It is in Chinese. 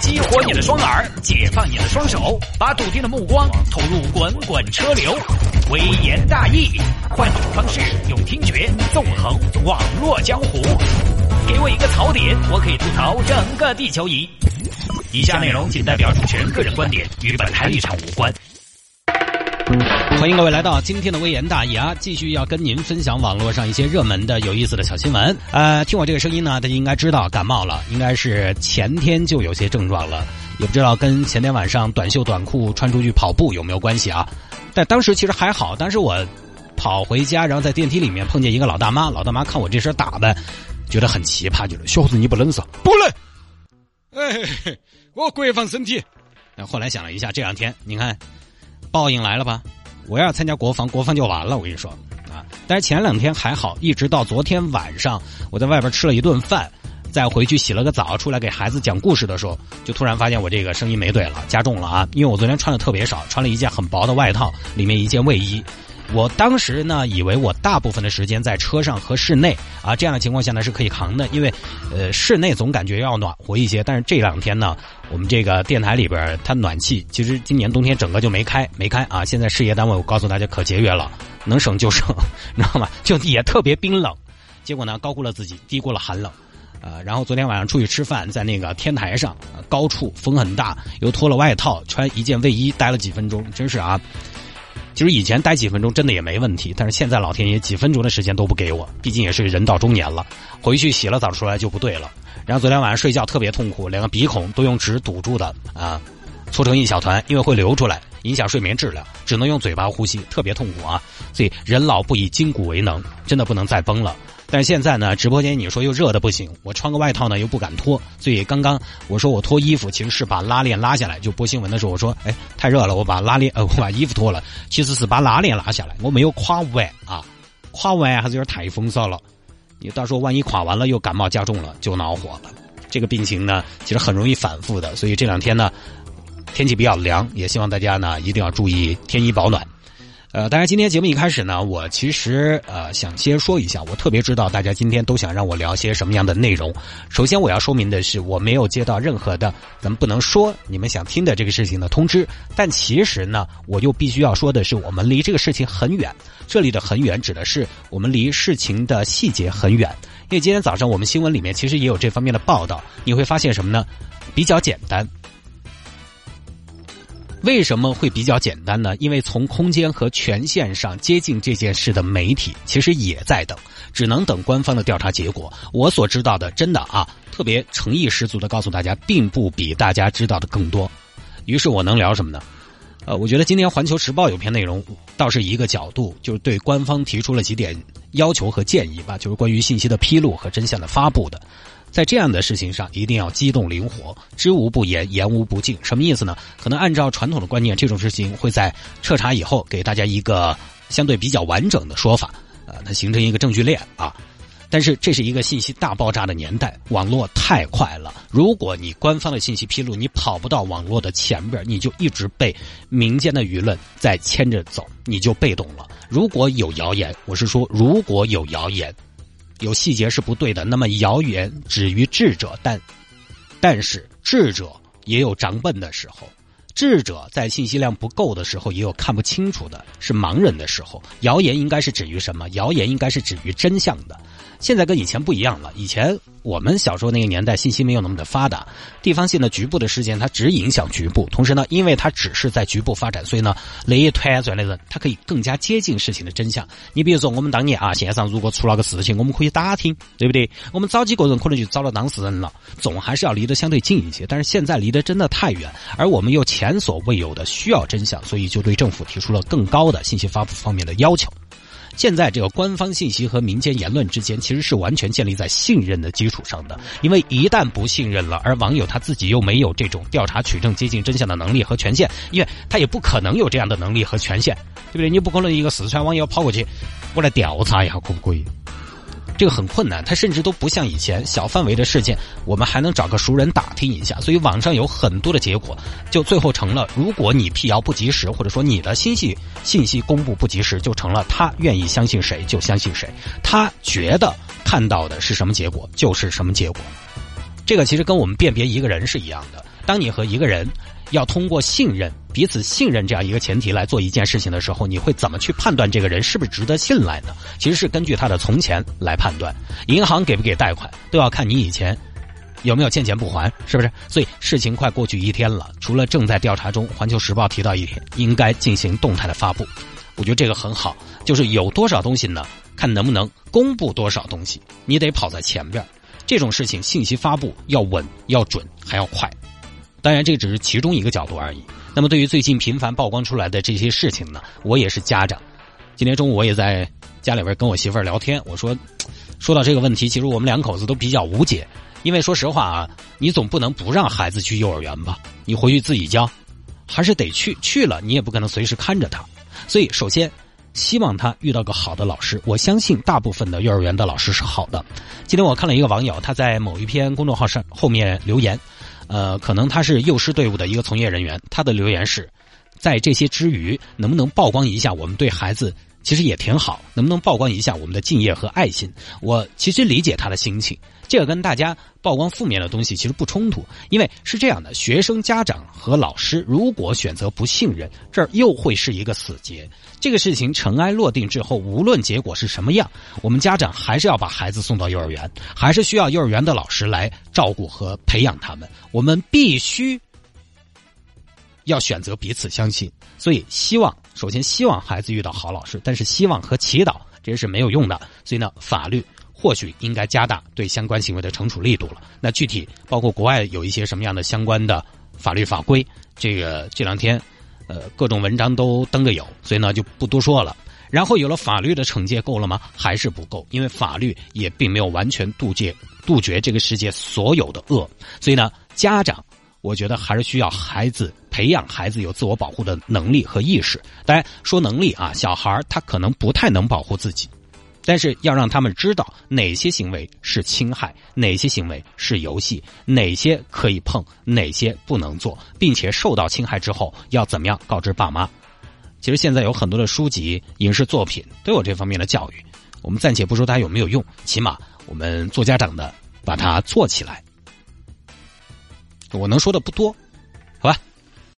激活你的双耳，解放你的双手，把笃定的目光投入滚滚车流。微言大义，换种方式用听觉纵横网络江湖。给我一个槽点，我可以吐槽整个地球仪。以下内容仅代表主持人个人观点，与本台立场无关。 欢迎各位来到今天的微言大义啊，继续要跟您分享网络上一些热门的有意思的小新闻。听我这个声音呢，大家应该知道感冒了，应该是前天就有些症状了，也不知道跟前天晚上短袖短裤穿出去跑步有没有关系啊？但当时其实还好，当时我跑回家，然后在电梯里面碰见一个老大妈，老大妈看我这身打扮，觉得很奇葩，觉得小伙子你不冷是？不冷，我国防身体。后来想了一下，这两天你看报应来了吧？我要参加国防就完了，我跟你说啊！但是前两天还好，一直到昨天晚上，我在外边吃了一顿饭，再回去洗了个澡，出来给孩子讲故事的时候，就突然发现我这个声音没对了，加重了啊！因为我昨天穿的特别少，穿了一件很薄的外套，里面一件卫衣。我当时呢，以为我大部分的时间在车上和室内啊，这样的情况下呢是可以扛的，因为室内总感觉要暖和一些。但是这两天呢，我们这个电台里边它暖气其实今年冬天整个就没开啊。现在事业单位我告诉大家可节约了，能省就省，你知道吗？就也特别冰冷，结果呢高估了自己，低估了寒冷。然后昨天晚上出去吃饭，在那个天台上，高处风很大，又脱了外套，穿一件卫衣待了几分钟，真是啊。其实以前待几分钟真的也没问题，但是现在老天爷几分钟的时间都不给我，毕竟也是人到中年了，回去洗了澡出来就不对了。然后昨天晚上睡觉特别痛苦，两个鼻孔都用纸堵住的啊，搓成一小团，因为会流出来，影响睡眠质量，只能用嘴巴呼吸，特别痛苦啊。所以人老不以筋骨为能，真的不能再崩了。但是现在呢，直播间你说又热的不行，我穿个外套呢又不敢脱，所以刚刚我说我脱衣服其实是把拉链拉下来，就播新闻的时候我说太热了，我把衣服脱了，其实是把拉链拉下来，我没有垮完啊，垮完还是有点太风骚了，你到时候万一垮完了又感冒加重了就恼火了。这个病情呢其实很容易反复的，所以这两天呢天气比较凉，也希望大家呢一定要注意添衣保暖。当然今天节目一开始呢，我其实想先说一下，我特别知道大家今天都想让我聊些什么样的内容。首先我要说明的是，我没有接到任何的咱们不能说你们想听的这个事情的通知，但其实呢我又必须要说的是，我们离这个事情很远。这里的很远指的是我们离事情的细节很远，因为今天早上我们新闻里面其实也有这方面的报道，你会发现什么呢？比较简单。为什么会比较简单呢？因为从空间和权限上接近这件事的媒体其实也在等，只能等官方的调查结果。我所知道的真的特别诚意十足的告诉大家，并不比大家知道的更多。于是我能聊什么呢？我觉得今天环球时报有篇内容倒是一个角度，就是对官方提出了几点要求和建议吧，就是关于信息的披露和真相的发布的。在这样的事情上一定要机动灵活，知无不言，言无不尽。什么意思呢？可能按照传统的观念，这种事情会在彻查以后给大家一个相对比较完整的说法，它形成一个证据链啊。但是这是一个信息大爆炸的年代，网络太快了，如果你官方的信息披露你跑不到网络的前边，你就一直被民间的舆论在牵着走，你就被动了。如果有谣言，我是说如果有谣言有细节是不对的，那么谣言止于智者，但是智者也有长笨的时候，智者在信息量不够的时候也有看不清楚的，是盲人的时候。谣言应该是止于什么？谣言应该是止于真相的。现在跟以前不一样了，以前我们小时候那个年代信息没有那么的发达，地方性的局部的事件它只影响局部，同时呢因为它只是在局部发展，所以呢雷一推出来的人他可以更加接近事情的真相。你比如说我们当年线上如果出了个事情，我们可以打听，对不对？我们找几个人可能就找到当事人了，总还是要离得相对近一些。但是现在离得真的太远，而我们又前所未有的需要真相，所以就对政府提出了更高的信息发布方面的要求。现在这个官方信息和民间言论之间其实是完全建立在信任的基础上的，因为一旦不信任了，而网友他自己又没有这种调查取证接近真相的能力和权限，因为他也不可能有这样的能力和权限，对不对？你不可能一个四川网友跑过去我来调查一下可不可以，这个很困难，它甚至都不像以前小范围的事件我们还能找个熟人打听一下。所以网上有很多的结果就最后成了，如果你辟谣不及时，或者说你的信息公布不及时，就成了他愿意相信谁就相信谁，他觉得看到的是什么结果就是什么结果。 这个其实跟我们辨别一个人是一样的。当你和一个人要通过信任，彼此信任这样一个前提来做一件事情的时候，你会怎么去判断这个人是不是值得信赖呢？其实是根据他的从前来判断。银行给不给贷款都要看你以前有没有欠钱不还，是不是？所以事情快过去1天了，除了正在调查中，环球时报提到一点，应该进行动态的发布。我觉得这个很好，就是有多少东西呢，看能不能公布多少东西，你得跑在前边。这种事情信息发布要稳要准还要快，当然这只是其中一个角度而已。那么对于最近频繁曝光出来的这些事情呢，我也是家长，今天中午我也在家里边跟我媳妇儿聊天，我说到这个问题，其实我们两口子都比较无解。因为说实话啊，你总不能不让孩子去幼儿园吧，你回去自己教，还是得去了，你也不可能随时看着他。所以首先希望他遇到个好的老师，我相信大部分的幼儿园的老师是好的。今天我看了一个网友，他在某一篇公众号上后面留言，可能他是幼师队伍的一个从业人员，他的留言是，在这些之余，能不能曝光一下我们对孩子其实也挺好，能不能曝光一下我们的敬业和爱心？我其实理解他的心情，这个跟大家曝光负面的东西其实不冲突，因为是这样的，学生、家长和老师如果选择不信任，这儿又会是一个死结。这个事情尘埃落定之后，无论结果是什么样，我们家长还是要把孩子送到幼儿园，还是需要幼儿园的老师来照顾和培养他们。我们必须要选择彼此相信，所以首先希望孩子遇到好老师，但是希望和祈祷这是没有用的。所以呢，法律或许应该加大对相关行为的惩处力度了。那具体包括国外有一些什么样的相关的法律法规，这两天各种文章都登个有，所以呢就不多说了。然后有了法律的惩戒够了吗？还是不够，因为法律也并没有完全杜绝这个世界所有的恶。所以呢，家长我觉得还是需要培养孩子有自我保护的能力和意识。当然说能力啊，小孩他可能不太能保护自己，但是要让他们知道哪些行为是侵害，哪些行为是游戏，哪些可以碰，哪些不能做，并且受到侵害之后要怎么样告知爸妈。其实现在有很多的书籍、影视作品都有这方面的教育，我们暂且不说它有没有用，起码我们做家长的把它做起来。我能说的不多，